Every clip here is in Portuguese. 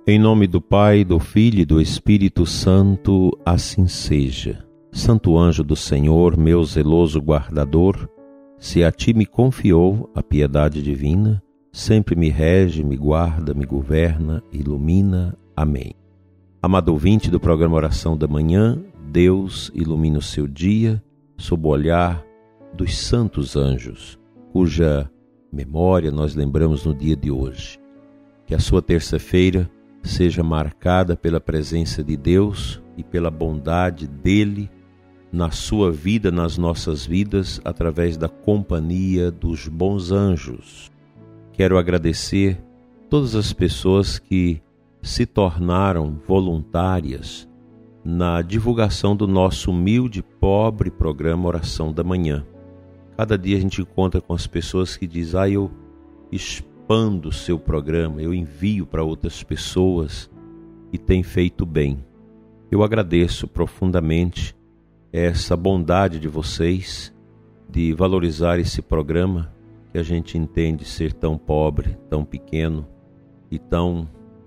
Em nome do Pai, do Filho e do Espírito Santo, assim seja. Santo anjo do Senhor, meu zeloso guardador, se a ti me confiou a piedade divina, sempre me rege, me guarda, me governa, ilumina. Amém. Amado ouvinte do programa Oração da Manhã, Deus ilumina o seu dia sob o olhar dos santos anjos, cuja memória nós lembramos no dia de hoje. Que a sua terça-feira seja marcada pela presença de Deus e pela bondade dele na sua vida, nas nossas vidas, através da companhia dos bons anjos. Quero agradecer todas as pessoas que se tornaram voluntárias na divulgação do nosso humilde, pobre programa Oração da Manhã. Cada dia a gente encontra com as pessoas que dizem: eu expando o seu programa, eu envio para outras pessoas e tem feito bem. Eu agradeço profundamente essa bondade de vocês de valorizar esse programa que a gente entende ser tão pobre, tão pequeno e tão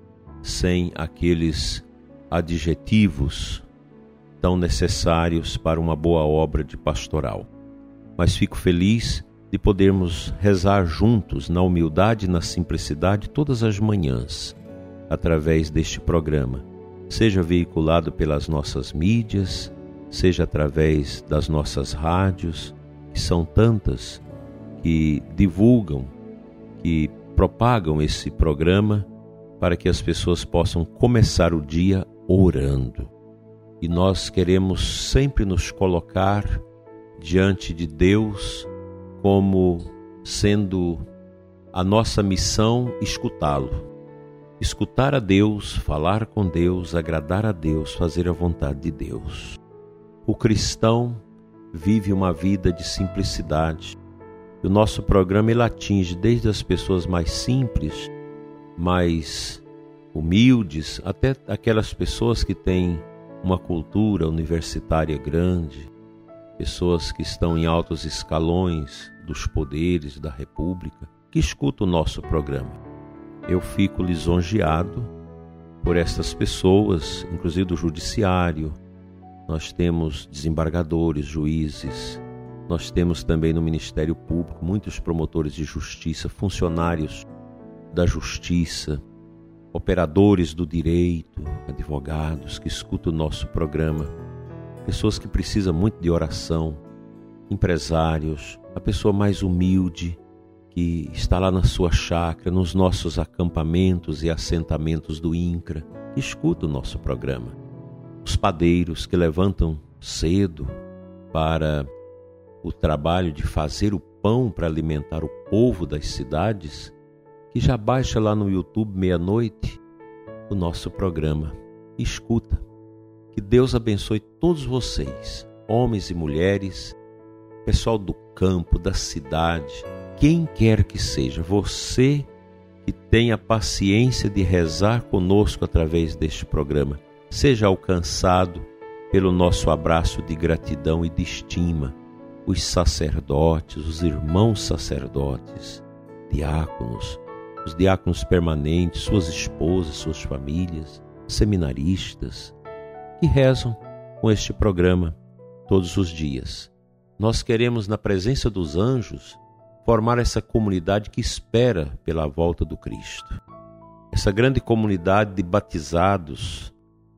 sem aqueles adjetivos tão necessários para uma boa obra de pastoral. Mas fico feliz de podermos rezar juntos na humildade e na simplicidade todas as manhãs, através deste programa, seja veiculado pelas nossas mídias, seja através das nossas rádios, que são tantas, que divulgam, que propagam esse programa para que as pessoas possam começar o dia orando. E nós queremos sempre nos colocar diante de Deus como sendo a nossa missão escutá-lo. Escutar a Deus, falar com Deus, agradar a Deus, fazer a vontade de Deus. O cristão vive uma vida de simplicidade. O nosso programa ele atinge desde as pessoas mais simples, mais humildes, até aquelas pessoas que têm uma cultura universitária grande, pessoas que estão em altos escalões dos poderes da República, que escutam o nosso programa. Eu fico lisonjeado por essas pessoas, inclusive do judiciário. Nós temos desembargadores, juízes, nós temos também no Ministério Público muitos promotores de justiça, funcionários da justiça, operadores do direito, advogados que escutam o nosso programa, pessoas que precisam muito de oração, empresários, a pessoa mais humilde que está lá na sua chácara, nos nossos acampamentos e assentamentos do INCRA, que escuta o nosso programa. Os padeiros que levantam cedo para o trabalho de fazer o pão para alimentar o povo das cidades, que já baixa lá no YouTube meia-noite o nosso programa e escuta. Que Deus abençoe todos vocês, homens e mulheres, pessoal do campo, da cidade, quem quer que seja, você que tenha a paciência de rezar conosco através deste programa, seja alcançado pelo nosso abraço de gratidão e de estima. Os sacerdotes, os irmãos sacerdotes, diáconos, os diáconos permanentes, suas esposas, suas famílias, seminaristas, que rezam com este programa todos os dias. Nós queremos, na presença dos anjos, formar essa comunidade que espera pela volta do Cristo. Essa grande comunidade de batizados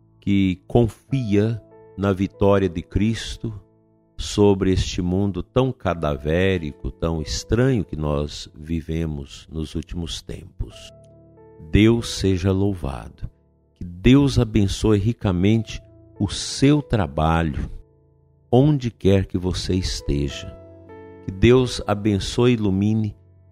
que confia na vitória de Cristo sobre este mundo tão cadavérico, tão estranho que nós vivemos nos últimos tempos. Deus seja louvado. Que Deus abençoe ricamente o seu trabalho, onde quer que você esteja. Que Deus abençoe e ilumine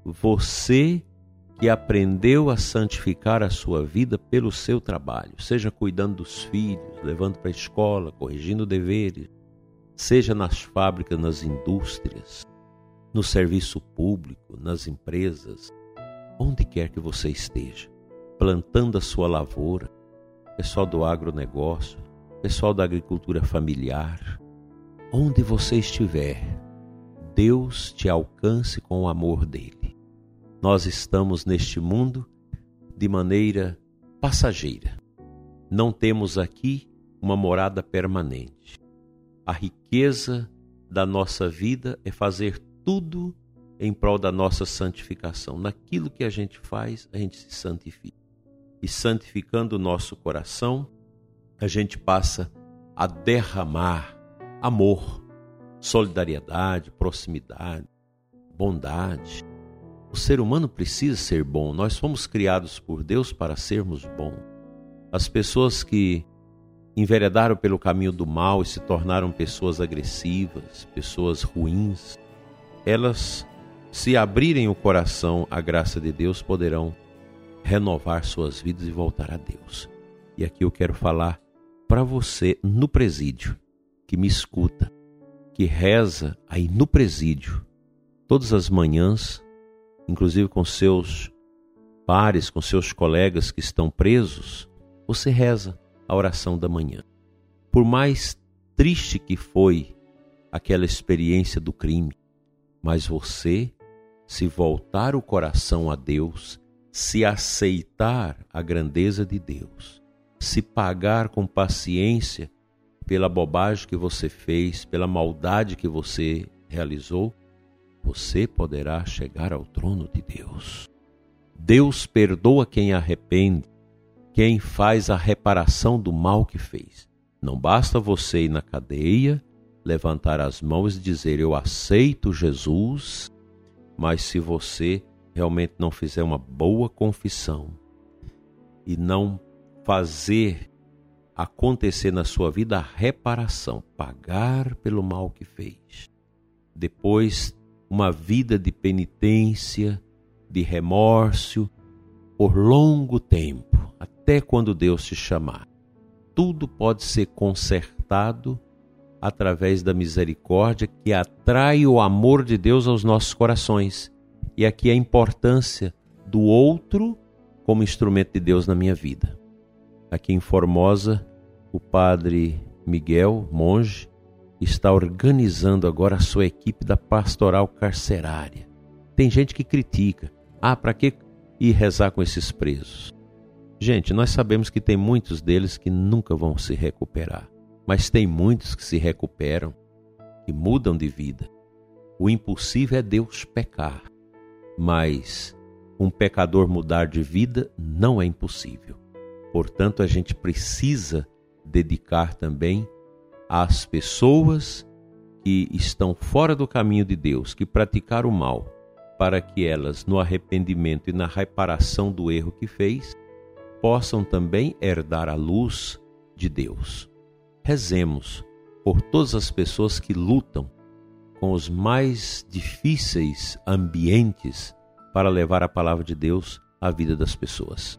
você que aprendeu a santificar a sua vida pelo seu trabalho, seja cuidando dos filhos, levando para a escola, corrigindo deveres, seja nas fábricas, nas indústrias, no serviço público, nas empresas, onde quer que você esteja, plantando a sua lavoura, pessoal do agronegócio, pessoal da agricultura familiar, onde você estiver, Deus te alcance com o amor dele. Nós estamos neste mundo de maneira passageira. Não temos aqui uma morada permanente. A riqueza da nossa vida é fazer tudo em prol da nossa santificação. Naquilo que a gente faz, a gente se santifica. E santificando o nosso coração, a gente passa a derramar amor, solidariedade, proximidade, bondade. O ser humano precisa ser bom. Nós fomos criados por Deus para sermos bons. As pessoas que enveredaram pelo caminho do mal e se tornaram pessoas agressivas, pessoas ruins, elas, se abrirem o coração à graça de Deus, poderão renovar suas vidas e voltar a Deus. E aqui eu quero falar para você no presídio, que me escuta, que reza aí no presídio, todas as manhãs, inclusive com seus pares, com seus colegas que estão presos, você reza a oração da manhã. Por mais triste que foi aquela experiência do crime, mas você, se voltar o coração a Deus, se aceitar a grandeza de Deus, se pagar com paciência pela bobagem que você fez, pela maldade que você realizou, você poderá chegar ao trono de Deus. Deus perdoa quem arrepende, quem faz a reparação do mal que fez. Não basta você ir na cadeia, levantar as mãos e dizer, eu aceito Jesus, mas se você realmente não fizer uma boa confissão e não fazer acontecer na sua vida a reparação, pagar pelo mal que fez, depois uma vida de penitência, de remorso, por longo tempo, até quando Deus te chamar. Tudo pode ser consertado através da misericórdia que atrai o amor de Deus aos nossos corações. E aqui a importância do outro como instrumento de Deus na minha vida. Aqui em Formosa, o padre Miguel, monge, está organizando agora a sua equipe da pastoral carcerária. Tem gente que critica. Para que ir rezar com esses presos? Gente, nós sabemos que tem muitos deles que nunca vão se recuperar. Mas tem muitos que se recuperam, que mudam de vida. O impossível é Deus pecar. Mas um pecador mudar de vida não é impossível. Portanto, a gente precisa dedicar também às pessoas que estão fora do caminho de Deus, que praticaram o mal, para que elas, no arrependimento e na reparação do erro que fez, possam também herdar a luz de Deus. Rezemos por todas as pessoas que lutam com os mais difíceis ambientes para levar a palavra de Deus à vida das pessoas.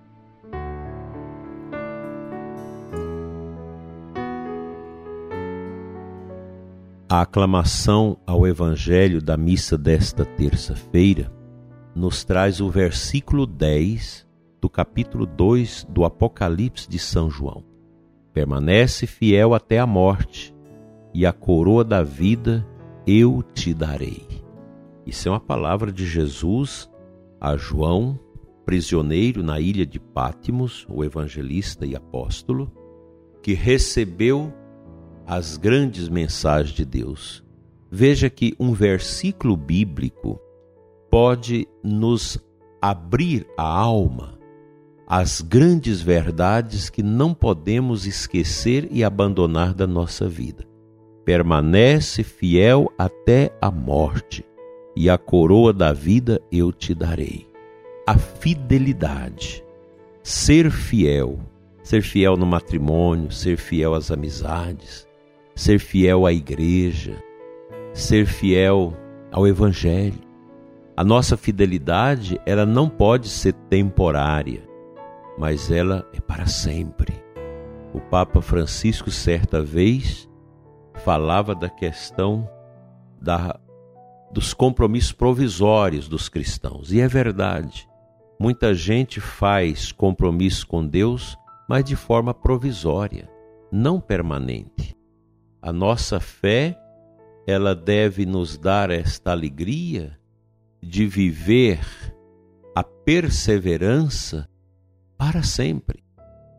A aclamação ao Evangelho da missa desta terça-feira nos traz o versículo 10 do capítulo 2 do Apocalipse de São João. Permanece fiel até a morte, e a coroa da vida eu te darei. Isso é uma palavra de Jesus a João, prisioneiro na ilha de Pátimos, o evangelista e apóstolo, que recebeu as grandes mensagens de Deus. Veja que um versículo bíblico pode nos abrir a alma às grandes verdades que não podemos esquecer e abandonar da nossa vida. Permanece fiel até a morte, e a coroa da vida eu te darei. A fidelidade, ser fiel no matrimônio, ser fiel às amizades, ser fiel à igreja, ser fiel ao Evangelho. A nossa fidelidade, ela não pode ser temporária, mas ela é para sempre. O Papa Francisco, certa vez, falava da questão dos compromissos provisórios dos cristãos. E é verdade, muita gente faz compromisso com Deus, mas de forma provisória, não permanente. A nossa fé, ela deve nos dar esta alegria de viver a perseverança para sempre.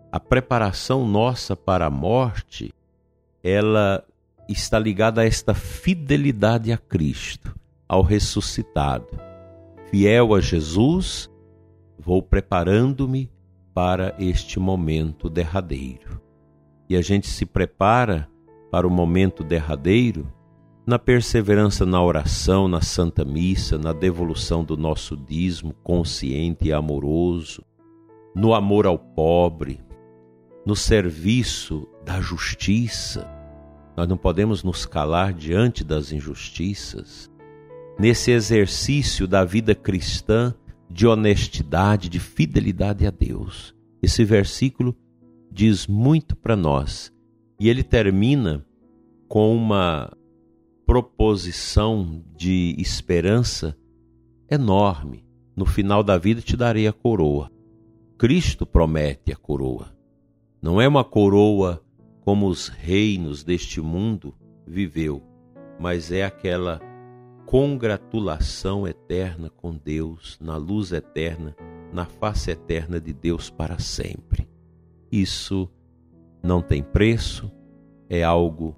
a preparação nossa para a morte, ela está ligada a esta fidelidade a Cristo, ao ressuscitado. Fiel a Jesus, vou preparando-me para este momento derradeiro. E a gente se prepara para o momento derradeiro na perseverança na oração, na Santa Missa, na devolução do nosso dízimo consciente e amoroso, no amor ao pobre, no serviço da justiça. Nós não podemos nos calar diante das injustiças. Nesse exercício da vida cristã de honestidade, de fidelidade a Deus. Esse versículo diz muito para nós. E ele termina com uma proposição de esperança enorme. No final da vida te darei a coroa. Cristo promete a coroa. Não é uma coroa como os reinos deste mundo viveu, mas é aquela congratulação eterna com Deus, na luz eterna, na face eterna de Deus para sempre. Isso não tem preço, é algo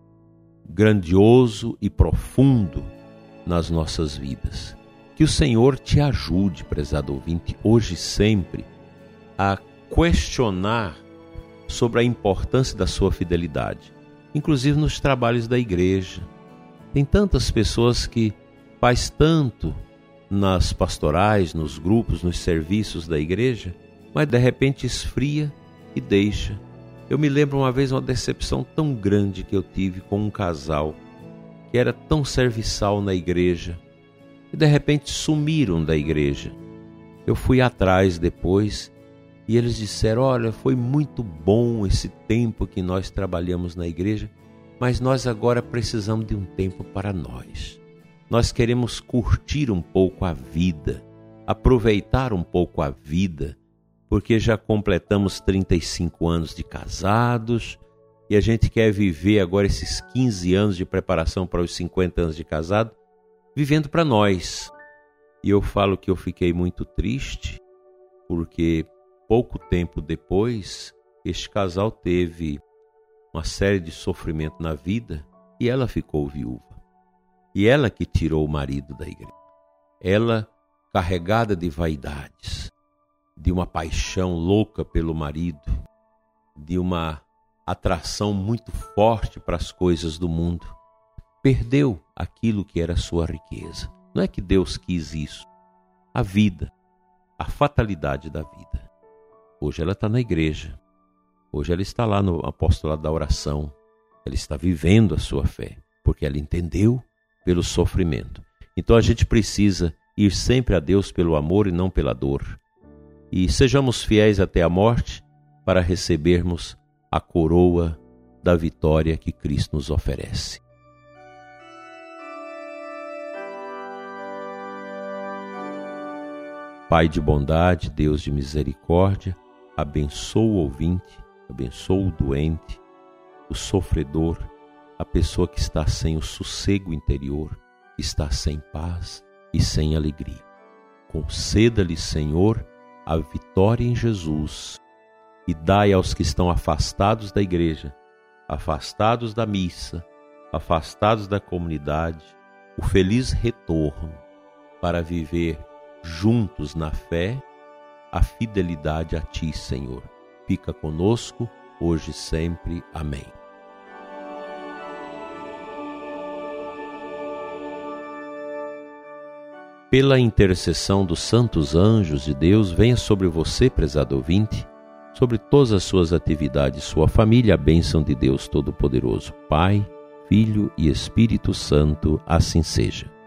grandioso e profundo nas nossas vidas. Que o Senhor te ajude, prezado ouvinte, hoje e sempre, a questionar sobre a importância da sua fidelidade, inclusive nos trabalhos da igreja. Tem tantas pessoas que faz tanto nas pastorais, nos grupos, nos serviços da igreja, mas de repente esfria e deixa. Eu me lembro uma vez uma decepção tão grande que eu tive com um casal que era tão serviçal na igreja e de repente sumiram da igreja. Eu fui atrás depois e eles disseram: olha, foi muito bom esse tempo que nós trabalhamos na igreja, mas nós agora precisamos de um tempo para nós. Nós queremos curtir um pouco a vida, aproveitar um pouco a vida, porque já completamos 35 anos de casados e a gente quer viver agora esses 15 anos de preparação para os 50 anos de casado, vivendo para nós. E eu falo que eu fiquei muito triste, porque pouco tempo depois, este casal teve uma série de sofrimento na vida e ela ficou viúva. E ela que tirou o marido da igreja. Ela, carregada de vaidades, de uma paixão louca pelo marido, de uma atração muito forte para as coisas do mundo, perdeu aquilo que era sua riqueza. Não é que Deus quis isso. A vida, a fatalidade da vida. Hoje ela está na igreja. Hoje ela está lá no apostolado da oração. Ela está vivendo a sua fé, porque ela entendeu pelo sofrimento. Então a gente precisa ir sempre a Deus pelo amor e não pela dor. E sejamos fiéis até a morte para recebermos a coroa da vitória que Cristo nos oferece. Pai de bondade, Deus de misericórdia, abençoa o ouvinte, abençoa o doente, o sofredor, a pessoa que está sem o sossego interior, que está sem paz e sem alegria. Conceda-lhe, Senhor, a vitória em Jesus e dai aos que estão afastados da igreja, afastados da missa, afastados da comunidade, o feliz retorno para viver juntos na fé a fidelidade a Ti, Senhor. Fica conosco, hoje e sempre. Amém. Pela intercessão dos santos anjos de Deus, venha sobre você, prezado ouvinte, sobre todas as suas atividades, sua família, a bênção de Deus Todo-Poderoso, Pai, Filho e Espírito Santo, assim seja.